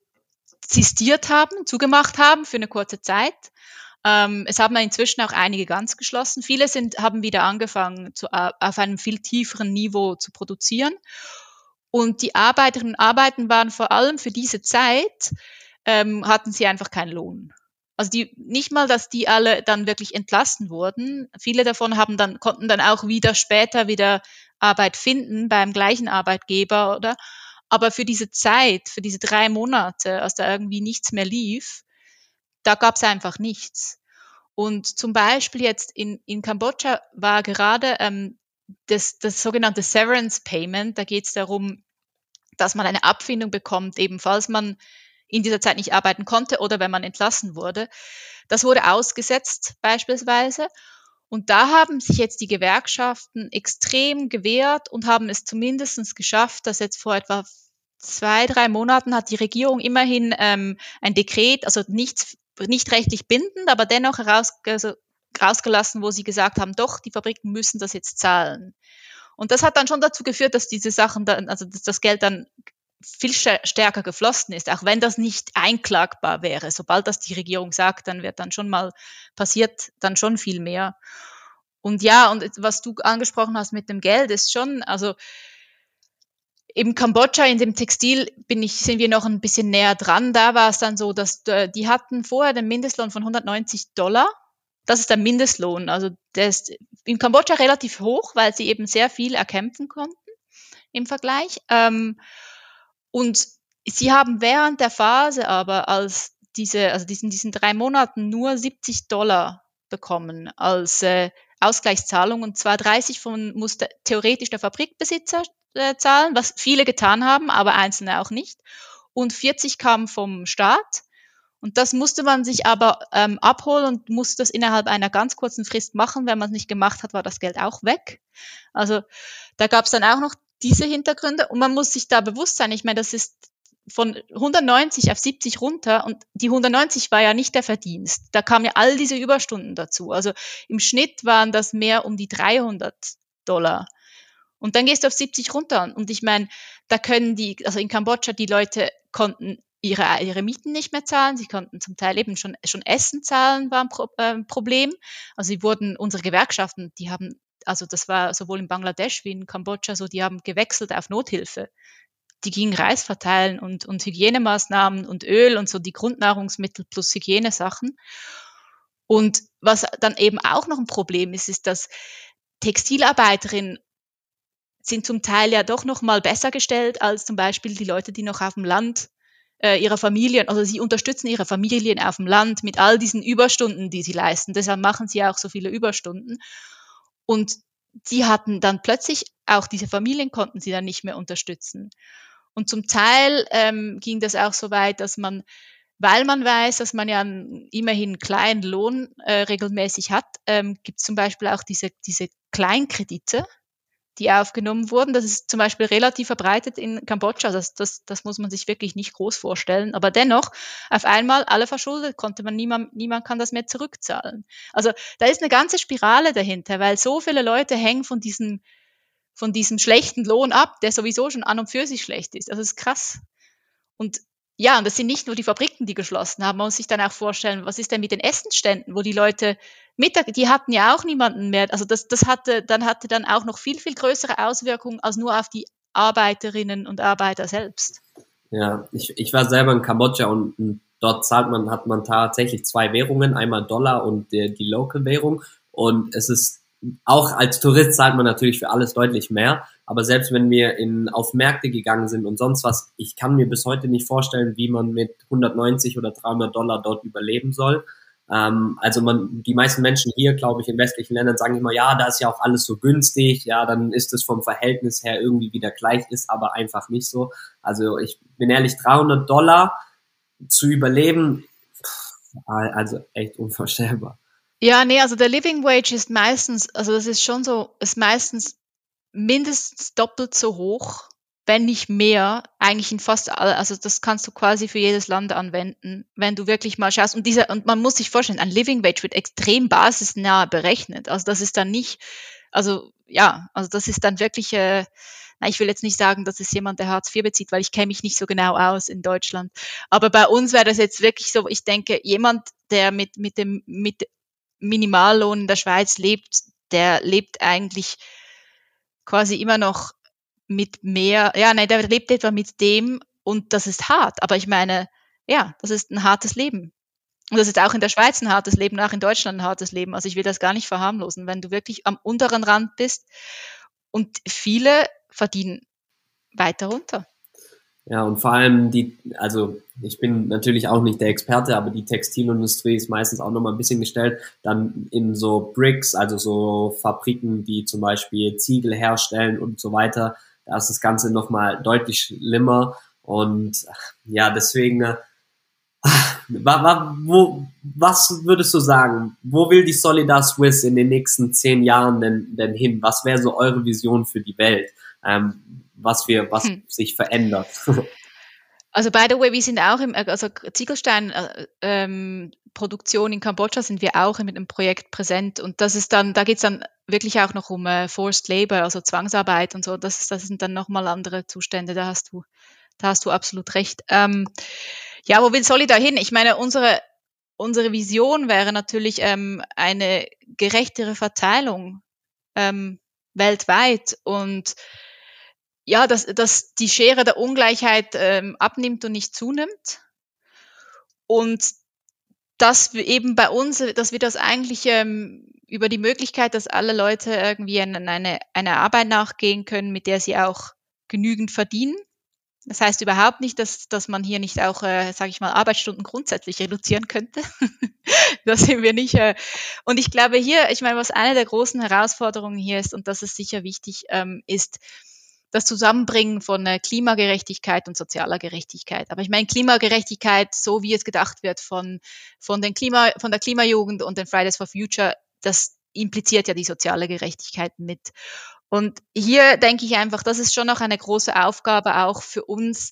zugemacht haben für eine kurze Zeit. Es haben inzwischen auch einige ganz geschlossen. Viele haben wieder angefangen, auf einem viel tieferen Niveau zu produzieren. Und die Arbeiterinnen und Arbeiter waren vor allem für diese Zeit, hatten sie einfach keinen Lohn. Also nicht mal, dass die alle dann wirklich entlassen wurden. Viele davon konnten dann auch später wieder Arbeit finden beim gleichen Arbeitgeber, oder? Aber für diese Zeit, für diese 3 Monate, als da irgendwie nichts mehr lief, da gab es einfach nichts. Und zum Beispiel jetzt in Kambodscha war gerade das sogenannte Severance Payment. Da geht es darum, dass man eine Abfindung bekommt, eben falls man in dieser Zeit nicht arbeiten konnte oder wenn man entlassen wurde. Das wurde ausgesetzt beispielsweise. Und da haben sich jetzt die Gewerkschaften extrem gewehrt und haben es zumindest geschafft, dass jetzt vor etwa 2-3 Monaten hat die Regierung immerhin ein Dekret, also nicht rechtlich bindend, aber dennoch rausgelassen, wo sie gesagt haben, doch, die Fabriken müssen das jetzt zahlen. Und das hat dann schon dazu geführt, dass diese Sachen dann, also dass das Geld dann viel stärker geflossen ist, auch wenn das nicht einklagbar wäre. Sobald das die Regierung sagt, dann wird dann schon mal passiert, dann schon viel mehr. Und ja, und was du angesprochen hast mit dem Geld, ist schon, also im Kambodscha, in dem Textil sind wir noch ein bisschen näher dran. Da war es dann so, dass die hatten vorher den Mindestlohn von $190. Das ist der Mindestlohn. Also der ist in Kambodscha relativ hoch, weil sie eben sehr viel erkämpfen konnten im Vergleich. Und sie haben während der Phase aber diesen 3 Monaten nur $70 bekommen als Ausgleichszahlung. Und zwar 30 musste theoretisch der Fabrikbesitzer zahlen, was viele getan haben, aber Einzelne auch nicht. Und 40 kamen vom Staat. Und das musste man sich aber abholen und musste das innerhalb einer ganz kurzen Frist machen. Wenn man es nicht gemacht hat, war das Geld auch weg. Also da gab es dann auch noch diese Hintergründe. Und man muss sich da bewusst sein, ich meine, das ist von 190 auf 70 runter und die 190 war ja nicht der Verdienst. Da kamen ja all diese Überstunden dazu. Also im Schnitt waren das mehr um die $300. Und dann gehst du auf 70 runter. Und ich meine, da können also in Kambodscha, die Leute konnten ihre Mieten nicht mehr zahlen. Sie konnten zum Teil eben schon Essen zahlen, war ein Problem. Also unsere Gewerkschaften, also das war sowohl in Bangladesch wie in Kambodscha so, die haben gewechselt auf Nothilfe. Die gingen Reis verteilen und Hygienemaßnahmen und Öl und so die Grundnahrungsmittel plus Hygienesachen. Und was dann eben auch noch ein Problem ist, dass Textilarbeiterinnen sind zum Teil ja doch noch mal besser gestellt als zum Beispiel die Leute, die noch auf dem Land ihrer Familien, also sie unterstützen ihre Familien auf dem Land mit all diesen Überstunden, die sie leisten. Deshalb machen sie auch so viele Überstunden. Und die hatten dann plötzlich, auch diese Familien konnten sie dann nicht mehr unterstützen. Und zum Teil ging das auch so weit, dass weil man weiß, dass man ja immerhin einen kleinen Lohn regelmäßig hat, gibt es zum Beispiel auch diese Kleinkredite, die aufgenommen wurden. Das ist zum Beispiel relativ verbreitet in Kambodscha. Das muss man sich wirklich nicht groß vorstellen. Aber dennoch, auf einmal alle verschuldet, niemand kann das mehr zurückzahlen. Also da ist eine ganze Spirale dahinter, weil so viele Leute hängen von diesem schlechten Lohn ab, der sowieso schon an und für sich schlecht ist. Also das ist krass. Und ja, und das sind nicht nur die Fabriken, die geschlossen haben. Man muss sich dann auch vorstellen, was ist denn mit den Essensständen, wo die Leute die hatten ja auch niemanden mehr. Also das hatte dann auch noch viel, viel größere Auswirkungen als nur auf die Arbeiterinnen und Arbeiter selbst. Ja, ich war selber in Kambodscha und dort hat man tatsächlich 2 Währungen, einmal Dollar und die Local-Währung. Und es ist auch als Tourist zahlt man natürlich für alles deutlich mehr, aber selbst wenn wir auf Märkte gegangen sind und sonst was, ich kann mir bis heute nicht vorstellen, wie man mit 190 oder $300 dort überleben soll. Die meisten Menschen hier, glaube ich, in westlichen Ländern sagen immer, ja, da ist ja auch alles so günstig, ja, dann ist es vom Verhältnis her irgendwie wieder gleich, ist aber einfach nicht so. Also ich bin ehrlich, $300 zu überleben, also echt unvorstellbar. Ja, nee, also der Living Wage ist meistens, also das ist schon so, ist meistens mindestens doppelt so hoch, wenn nicht mehr, eigentlich in fast also das kannst du quasi für jedes Land anwenden, wenn du wirklich mal schaust. Und man muss sich vorstellen, ein Living Wage wird extrem basisnah berechnet. Also das ist dann nicht, also das ist dann wirklich, ich will jetzt nicht sagen, das ist jemand, der Hartz IV bezieht, weil ich kenne mich nicht so genau aus in Deutschland. Aber bei uns wäre das jetzt wirklich so, ich denke, jemand, der mit Minimallohn in der Schweiz lebt, der lebt eigentlich quasi immer noch mit mehr, der lebt etwa mit dem und das ist hart. Aber ich meine, ja, das ist ein hartes Leben. Und das ist auch in der Schweiz ein hartes Leben, auch in Deutschland ein hartes Leben. Also ich will das gar nicht verharmlosen, wenn du wirklich am unteren Rand bist und viele verdienen weiter runter. Ja, und vor allem also ich bin natürlich auch nicht der Experte, aber die Textilindustrie ist meistens auch nochmal ein bisschen gestellt. Dann in so Bricks, also so Fabriken, die zum Beispiel Ziegel herstellen und so weiter, da ist das Ganze nochmal deutlich schlimmer. Und ja, deswegen, was würdest du sagen? Wo will die Solidar Suisse in den nächsten 10 Jahren denn hin? Was wäre so eure Vision für die Welt? was sich verändert. Also by the way, wir sind auch Ziegelstein Produktion in Kambodscha sind wir auch mit einem Projekt präsent, und da geht es dann wirklich auch noch um Forced Labor, also Zwangsarbeit und so. Das sind dann nochmal andere Zustände. Da hast du absolut recht. Ja, soll ich da hin? Ich meine, unsere Vision wäre natürlich eine gerechtere Verteilung weltweit, und ja, dass die Schere der Ungleichheit abnimmt und nicht zunimmt, und dass wir eben bei uns, dass wir das eigentlich über die Möglichkeit, dass alle Leute irgendwie eine Arbeit nachgehen können, mit der sie auch genügend verdienen. Das heißt überhaupt nicht, dass man hier nicht auch, sage ich mal, Arbeitsstunden grundsätzlich reduzieren könnte. Das sind wir nicht. Und ich glaube ich meine, was eine der großen Herausforderungen hier ist, und das ist sicher wichtig, ist das Zusammenbringen von Klimagerechtigkeit und sozialer Gerechtigkeit. Aber ich meine, Klimagerechtigkeit, so wie es gedacht wird von der Klimajugend und den Fridays for Future, das impliziert ja die soziale Gerechtigkeit mit. Und hier denke ich einfach, das ist schon noch eine große Aufgabe auch für uns,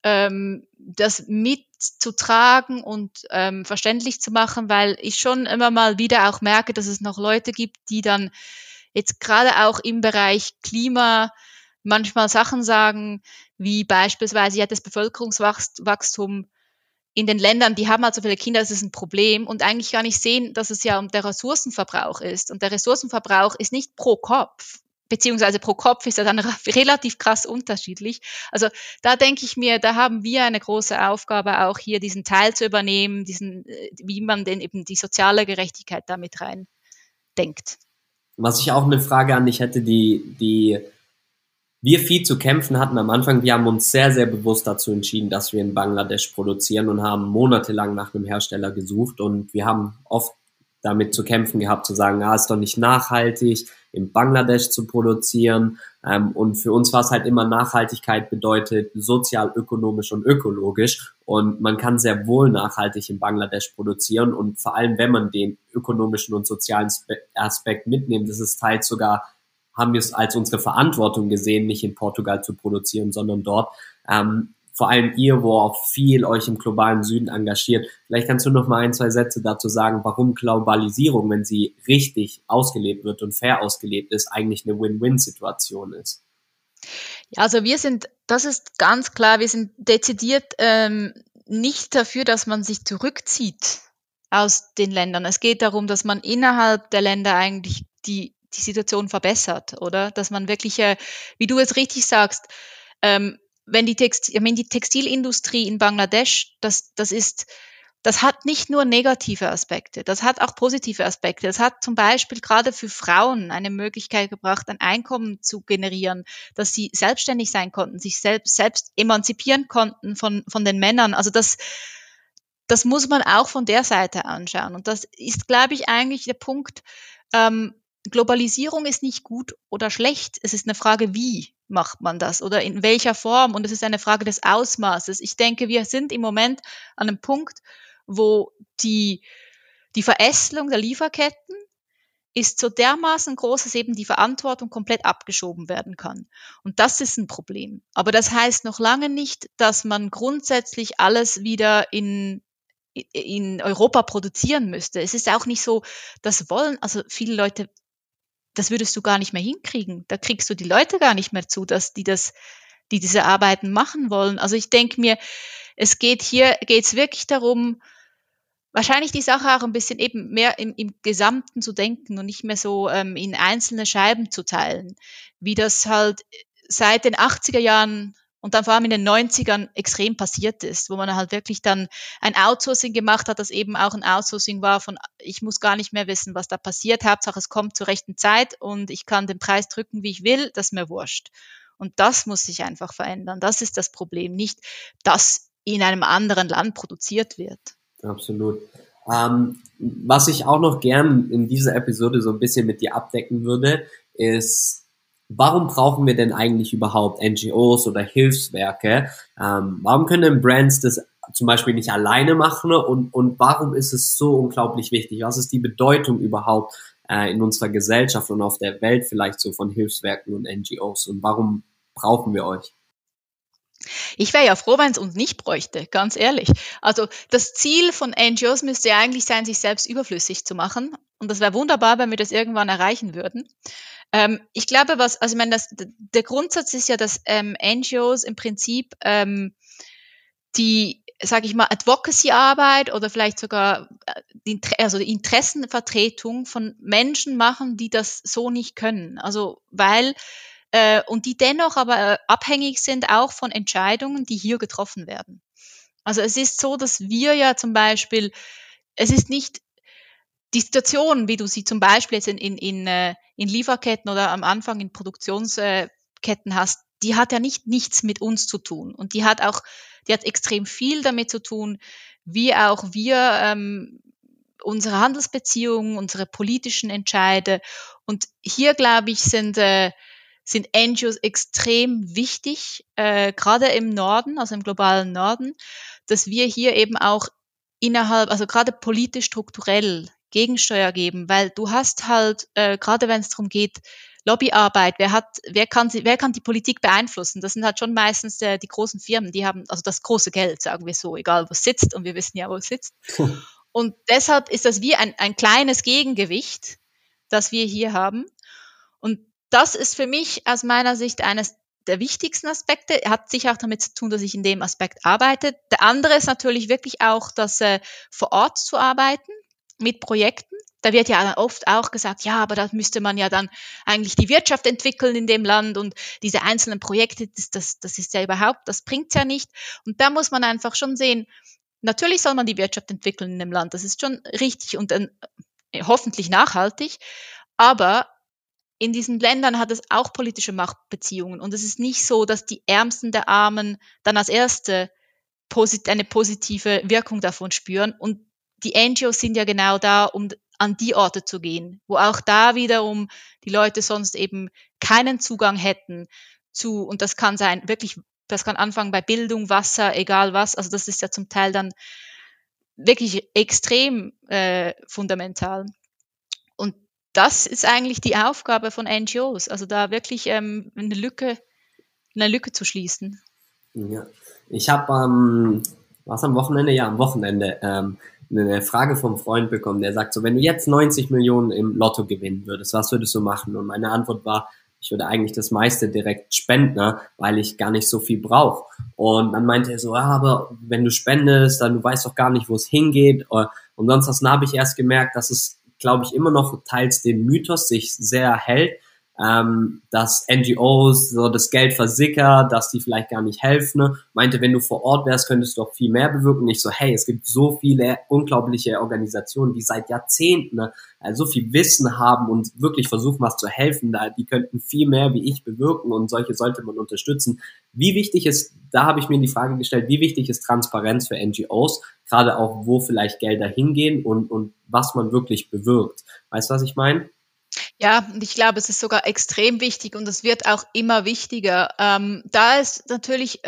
das mitzutragen und verständlich zu machen, weil ich schon immer mal wieder auch merke, dass es noch Leute gibt, die dann jetzt gerade auch im Bereich Klima manchmal Sachen sagen, wie beispielsweise das Bevölkerungswachstum in den Ländern, die haben halt so viele Kinder, das ist ein Problem, und eigentlich gar nicht sehen, dass es ja um der Ressourcenverbrauch ist. Und der Ressourcenverbrauch ist nicht pro Kopf, beziehungsweise pro Kopf ist er dann relativ krass unterschiedlich. Also da denke ich mir, da haben wir eine große Aufgabe, auch hier diesen Teil zu übernehmen, wie man denn eben die soziale Gerechtigkeit damit rein denkt. Was ich auch eine Frage an dich hätte, die wir viel zu kämpfen hatten am Anfang. Wir haben uns sehr, sehr bewusst dazu entschieden, dass wir in Bangladesch produzieren, und haben monatelang nach einem Hersteller gesucht, und wir haben oft damit zu kämpfen gehabt, zu sagen, ist doch nicht nachhaltig, in Bangladesch zu produzieren. Und für uns war es halt immer, Nachhaltigkeit bedeutet sozial, ökonomisch und ökologisch. Und man kann sehr wohl nachhaltig in Bangladesch produzieren. Und vor allem, wenn man den ökonomischen und sozialen Aspekt mitnimmt, das ist teils sogar, haben wir es als unsere Verantwortung gesehen, nicht in Portugal zu produzieren, sondern dort. Vor allem ihr, wo auch viel euch im globalen Süden engagiert. Vielleicht kannst du noch mal 1, 2 Sätze dazu sagen, warum Globalisierung, wenn sie richtig ausgelebt wird und fair ausgelebt ist, eigentlich eine Win-Win-Situation ist. Ja, also das ist ganz klar, wir sind dezidiert nicht dafür, dass man sich zurückzieht aus den Ländern. Es geht darum, dass man innerhalb der Länder eigentlich die Situation verbessert, oder? Dass man wirklich, wie du es richtig sagst, wenn die Textilindustrie in Bangladesch, das hat nicht nur negative Aspekte, das hat auch positive Aspekte. Das hat zum Beispiel gerade für Frauen eine Möglichkeit gebracht, ein Einkommen zu generieren, dass sie selbstständig sein konnten, sich selbst emanzipieren konnten von den Männern. Also das muss man auch von der Seite anschauen. Und das ist, glaube ich, eigentlich der Punkt. Globalisierung ist nicht gut oder schlecht. Es ist eine Frage, wie macht man das oder in welcher Form, und es ist eine Frage des Ausmaßes. Ich denke, wir sind im Moment an einem Punkt, wo die Verästelung der Lieferketten ist so dermaßen groß, dass eben die Verantwortung komplett abgeschoben werden kann. Und das ist ein Problem. Aber das heißt noch lange nicht, dass man grundsätzlich alles wieder in Europa produzieren müsste. Es ist auch nicht so, also viele Leute, das würdest du gar nicht mehr hinkriegen. Da kriegst du die Leute gar nicht mehr zu, dass die diese Arbeiten machen wollen. Also ich denke mir, geht's wirklich darum, wahrscheinlich die Sache auch ein bisschen eben mehr im Gesamten zu denken und nicht mehr so in einzelne Scheiben zu teilen, wie das halt seit den 80er Jahren und dann vor allem in den 90ern extrem passiert ist, wo man halt wirklich dann ein Outsourcing gemacht hat, das eben auch ein Outsourcing war von, ich muss gar nicht mehr wissen, was da passiert, Hauptsache es kommt zur rechten Zeit und ich kann den Preis drücken, wie ich will, das ist mir wurscht. Und das muss sich einfach verändern. Das ist das Problem, nicht, dass in einem anderen Land produziert wird. Absolut. Was ich auch noch gern in dieser Episode so ein bisschen mit dir abdecken würde, ist, warum brauchen wir denn eigentlich überhaupt NGOs oder Hilfswerke? Warum können Brands das zum Beispiel nicht alleine machen? Und warum ist es so unglaublich wichtig? Was ist die Bedeutung überhaupt in unserer Gesellschaft und auf der Welt vielleicht so von Hilfswerken und NGOs? Und warum brauchen wir euch? Ich wäre ja froh, wenn es uns nicht bräuchte, ganz ehrlich. Also das Ziel von NGOs müsste ja eigentlich sein, sich selbst überflüssig zu machen. Und das wäre wunderbar, wenn wir das irgendwann erreichen würden. Ich glaube, der Grundsatz ist ja, dass NGOs im Prinzip die, sage ich mal, Advocacy-Arbeit oder vielleicht sogar die Interessenvertretung von Menschen machen, die das so nicht können. Also und die dennoch aber abhängig sind auch von Entscheidungen, die hier getroffen werden. Also es ist so, dass wir ja zum Beispiel, es ist nicht die Situation, wie du sie zum Beispiel jetzt in Lieferketten oder am Anfang in Produktionsketten hast, die hat ja nichts mit uns zu tun. Und die hat extrem viel damit zu tun, wie auch wir unsere Handelsbeziehungen, unsere politischen Entscheide. Und hier, glaube ich, sind NGOs extrem wichtig, gerade im Norden, also im globalen Norden, dass wir hier eben auch also gerade politisch strukturell Gegensteuer geben, weil du hast halt, gerade wenn es darum geht, Lobbyarbeit, wer kann die Politik beeinflussen? Das sind halt schon meistens die großen Firmen, die haben also das große Geld, sagen wir so, egal wo es sitzt, und wir wissen ja, wo es sitzt. Und deshalb ist das wie ein kleines Gegengewicht, das wir hier haben. Und das ist für mich aus meiner Sicht eines der wichtigsten Aspekte, hat sicher auch damit zu tun, dass ich in dem Aspekt arbeite. Der andere ist natürlich wirklich auch, das vor Ort zu arbeiten mit Projekten. Da wird ja oft auch gesagt, ja, aber da müsste man ja dann eigentlich die Wirtschaft entwickeln in dem Land und diese einzelnen Projekte, das ist ja überhaupt, das bringt's ja nicht. Und da muss man einfach schon sehen, natürlich soll man die Wirtschaft entwickeln in dem Land, das ist schon richtig und hoffentlich nachhaltig, aber in diesen Ländern hat es auch politische Machtbeziehungen und es ist nicht so, dass die Ärmsten der Armen dann als Erste eine positive Wirkung davon spüren. Und die NGOs sind ja genau da, um an die Orte zu gehen, wo auch da wiederum die Leute sonst eben keinen Zugang hätten zu, und das kann sein, wirklich, das kann anfangen bei Bildung, Wasser, egal was, also das ist ja zum Teil dann wirklich extrem fundamental. Und das ist eigentlich die Aufgabe von NGOs, also da wirklich eine Lücke zu schließen. Ja, ich habe was am Wochenende? Ja, am Wochenende eine Frage vom Freund bekommen, der sagt so, wenn du jetzt 90 Millionen im Lotto gewinnen würdest, was würdest du machen? Und meine Antwort war, ich würde eigentlich das meiste direkt spenden, ne, weil ich gar nicht so viel brauche. Und dann meinte er so, ja, aber wenn du spendest, dann du weißt doch gar nicht, wo es hingeht. Und sonst was, dann habe ich erst gemerkt, dass es, glaube ich, immer noch teils den Mythos sich sehr hält, dass NGOs so das Geld versickert, dass die vielleicht gar nicht helfen. Ne? Meinte, wenn du vor Ort wärst, könntest du doch viel mehr bewirken. Nicht so, hey, es gibt so viele unglaubliche Organisationen, die seit Jahrzehnten so viel Wissen haben und wirklich versuchen, was zu helfen. Die könnten viel mehr wie ich bewirken und solche sollte man unterstützen. Wie wichtig ist, da habe ich mir die Frage gestellt, wie wichtig ist Transparenz für NGOs, gerade auch, wo vielleicht Gelder hingehen und was man wirklich bewirkt. Weißt du, was ich meine? Ja, und ich glaube, es ist sogar extrem wichtig und es wird auch immer wichtiger. Da ist natürlich,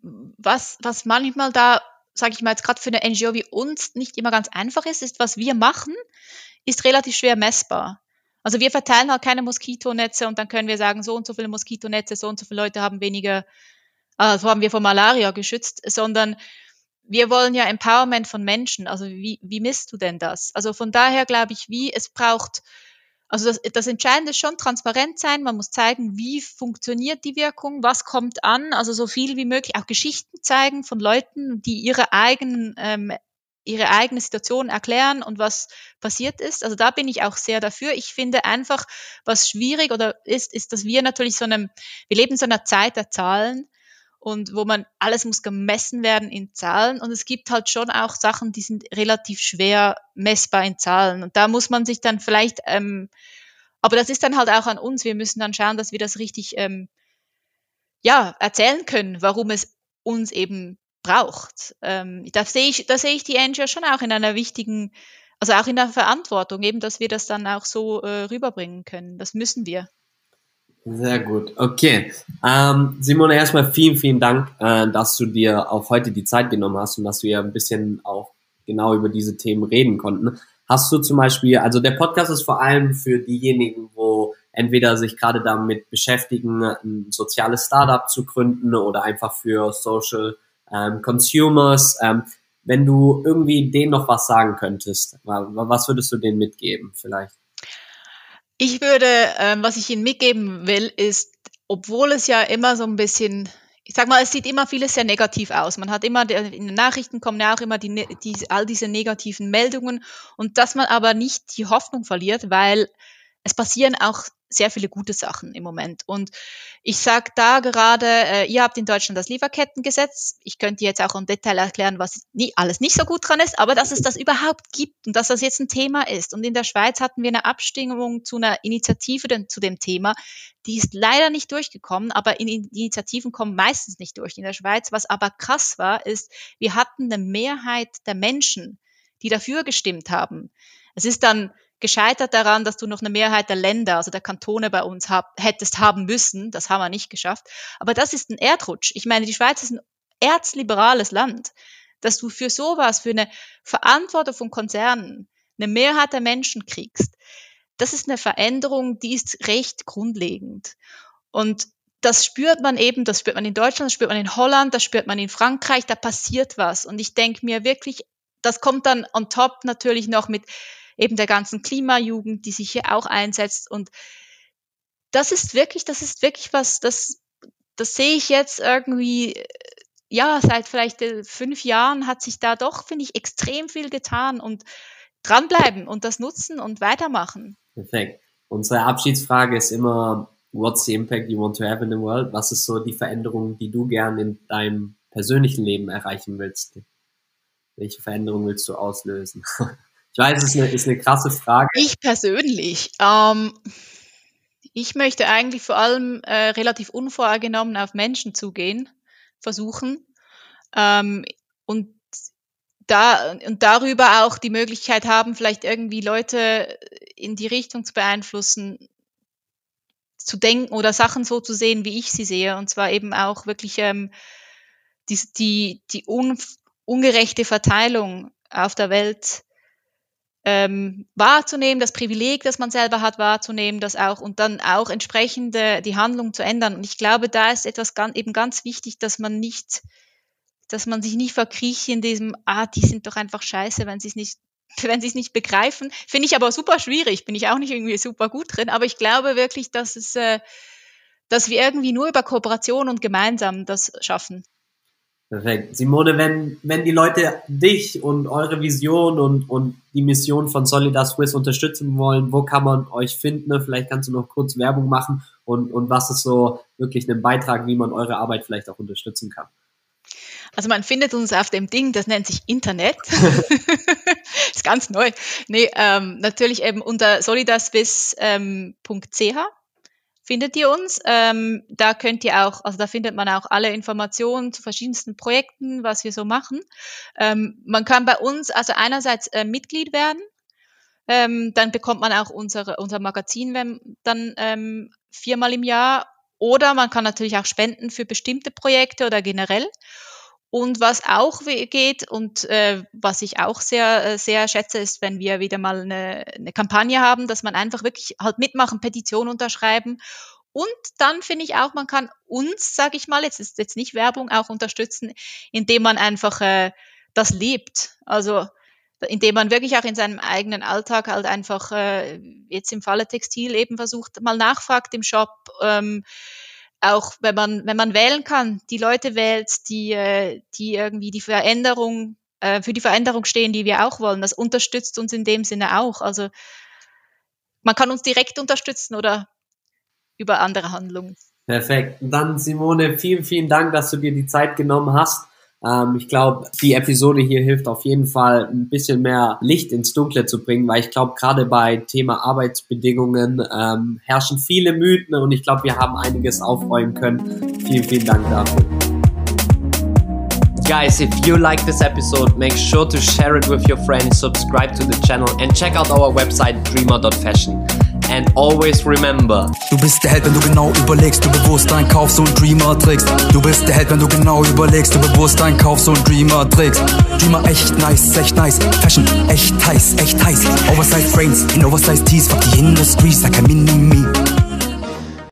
was manchmal da, sage ich mal jetzt gerade für eine NGO wie uns nicht immer ganz einfach ist, was wir machen, ist relativ schwer messbar. Also wir verteilen halt keine Moskitonetze und dann können wir sagen, so und so viele Moskitonetze, so und so viele Leute haben weniger, also haben wir vor Malaria geschützt, sondern wir wollen ja Empowerment von Menschen. Also wie misst du denn das? Also von daher glaube ich, es braucht, also das Entscheidende ist schon transparent sein. Man muss zeigen, wie funktioniert die Wirkung, was kommt an, also so viel wie möglich auch Geschichten zeigen von Leuten, die ihre eigene Situation erklären und was passiert ist. Also da bin ich auch sehr dafür. Ich finde einfach, was schwierig ist, dass wir natürlich wir leben in so einer Zeit der Zahlen und wo alles muss gemessen werden in Zahlen und es gibt halt schon auch Sachen, die sind relativ schwer messbar in Zahlen und da muss man sich dann vielleicht, aber das ist dann halt auch an uns, wir müssen dann schauen, dass wir das richtig, erzählen können, warum es uns eben braucht. Da sehe ich die NGO schon auch in einer wichtigen, also auch in der Verantwortung, eben, dass wir das dann auch so rüberbringen können. Das müssen wir. Sehr gut. Okay. Simone, erstmal vielen, vielen Dank, dass du dir auch heute die Zeit genommen hast und dass wir ein bisschen auch genau über diese Themen reden konnten. Hast du zum Beispiel, also der Podcast ist vor allem für diejenigen, wo entweder sich gerade damit beschäftigen, ein soziales Startup zu gründen oder einfach für Social Consumers. Wenn du irgendwie denen noch was sagen könntest, was würdest du denen mitgeben vielleicht? Ich würde, was ich Ihnen mitgeben will, ist, obwohl es ja immer so ein bisschen, ich sag mal, es sieht immer vieles sehr negativ aus. Man hat immer, in den Nachrichten kommen ja auch immer all diese negativen Meldungen und dass man aber nicht die Hoffnung verliert, weil es passieren auch sehr viele gute Sachen im Moment. Und ich sage da gerade, ihr habt in Deutschland das Lieferkettengesetz. Ich könnte jetzt auch im Detail erklären, was alles nicht so gut dran ist, aber dass es das überhaupt gibt und dass das jetzt ein Thema ist. Und in der Schweiz hatten wir eine Abstimmung zu einer Initiative zu dem Thema. Die ist leider nicht durchgekommen, aber Initiativen kommen meistens nicht durch in der Schweiz. Was aber krass war, ist, wir hatten eine Mehrheit der Menschen, die dafür gestimmt haben. Es ist dann gescheitert daran, dass du noch eine Mehrheit der Länder, also der Kantone bei uns hättest haben müssen. Das haben wir nicht geschafft. Aber das ist ein Erdrutsch. Ich meine, die Schweiz ist ein erzliberales Land, dass du für sowas, für eine Verantwortung von Konzernen, eine Mehrheit der Menschen kriegst. Das ist eine Veränderung, die ist recht grundlegend. Und das spürt man eben, das spürt man in Deutschland, das spürt man in Holland, das spürt man in Frankreich, da passiert was. Und ich denke mir wirklich, das kommt dann on top natürlich noch mit eben der ganzen Klimajugend, die sich hier auch einsetzt. Und das ist wirklich was, das sehe ich jetzt irgendwie, ja, seit vielleicht 5 Jahren hat sich da doch, finde ich, extrem viel getan und dranbleiben und das nutzen und weitermachen. Perfekt. Unsere Abschiedsfrage ist immer, what's the impact you want to have in the world? Was ist so die Veränderung, die du gern in deinem persönlichen Leben erreichen willst? Welche Veränderung willst du auslösen? Ich weiß, es ist eine krasse Frage. Ich persönlich, ich möchte eigentlich vor allem relativ unvoreingenommen auf Menschen zugehen, versuchen und darüber auch die Möglichkeit haben, vielleicht irgendwie Leute in die Richtung zu beeinflussen, zu denken oder Sachen so zu sehen, wie ich sie sehe. Und zwar eben auch wirklich die ungerechte Verteilung auf der Welt wahrzunehmen, das Privileg, das man selber hat, wahrzunehmen, das auch und dann auch entsprechend die Handlung zu ändern. Und ich glaube, da ist etwas ganz wichtig, dass man sich nicht verkriecht in diesem, die sind doch einfach scheiße, wenn sie es nicht begreifen. Finde ich aber super schwierig, bin ich auch nicht irgendwie super gut drin, aber ich glaube wirklich, dass wir irgendwie nur über Kooperation und gemeinsam das schaffen. Perfekt. Simone, wenn die Leute dich und eure Vision und die Mission von Solidar Swiss unterstützen wollen, wo kann man euch finden? Vielleicht kannst du noch kurz Werbung machen und was ist so wirklich ein Beitrag, wie man eure Arbeit vielleicht auch unterstützen kann? Also man findet uns auf dem Ding, das nennt sich Internet. Ist ganz neu. Nee, natürlich eben unter solidarswiss.ch findet ihr uns. Da könnt ihr auch, also da findet man auch alle Informationen zu verschiedensten Projekten, was wir so machen. Man kann bei uns also einerseits Mitglied werden, dann bekommt man auch unser Magazin dann 4-mal im Jahr, oder man kann natürlich auch spenden für bestimmte Projekte oder generell. Und was auch geht und was ich auch sehr, sehr schätze, ist, wenn wir wieder mal eine Kampagne haben, dass man einfach wirklich halt mitmachen, Petition unterschreiben. Und dann finde ich auch, man kann uns, sage ich mal, jetzt ist jetzt nicht Werbung, auch unterstützen, indem man einfach das lebt. Also indem man wirklich auch in seinem eigenen Alltag halt einfach jetzt im Falle Textil eben versucht, mal nachfragt im Shop, auch wenn man wählen kann, die Leute wählt, die irgendwie die Veränderung, für die Veränderung stehen, die wir auch wollen. Das unterstützt uns in dem Sinne auch. Also man kann uns direkt unterstützen oder über andere Handlungen. Perfekt. Dann Simone, vielen, vielen Dank, dass du dir die Zeit genommen hast. Ich glaube, die Episode hier hilft auf jeden Fall, ein bisschen mehr Licht ins Dunkle zu bringen, weil ich glaube, gerade bei Thema Arbeitsbedingungen herrschen viele Mythen und ich glaube, wir haben einiges aufräumen können. Vielen, vielen Dank dafür. Guys, if you like this episode, make sure to share it with your friends, subscribe to the channel and check out our website dreamer.fashion. And always remember, du bist der Held, wenn du genau überlegst, du bewusst deinen Kauf so ein Dreamer trägst. Du bist der Held, wenn du genau überlegst, du bewusst deinen Kauf so ein Dreamer trägst. Dreamer echt nice, Fashion echt heiß, Oversized Frames in Oversized Tees, fuck die Industrie, sag kein Mini-Me.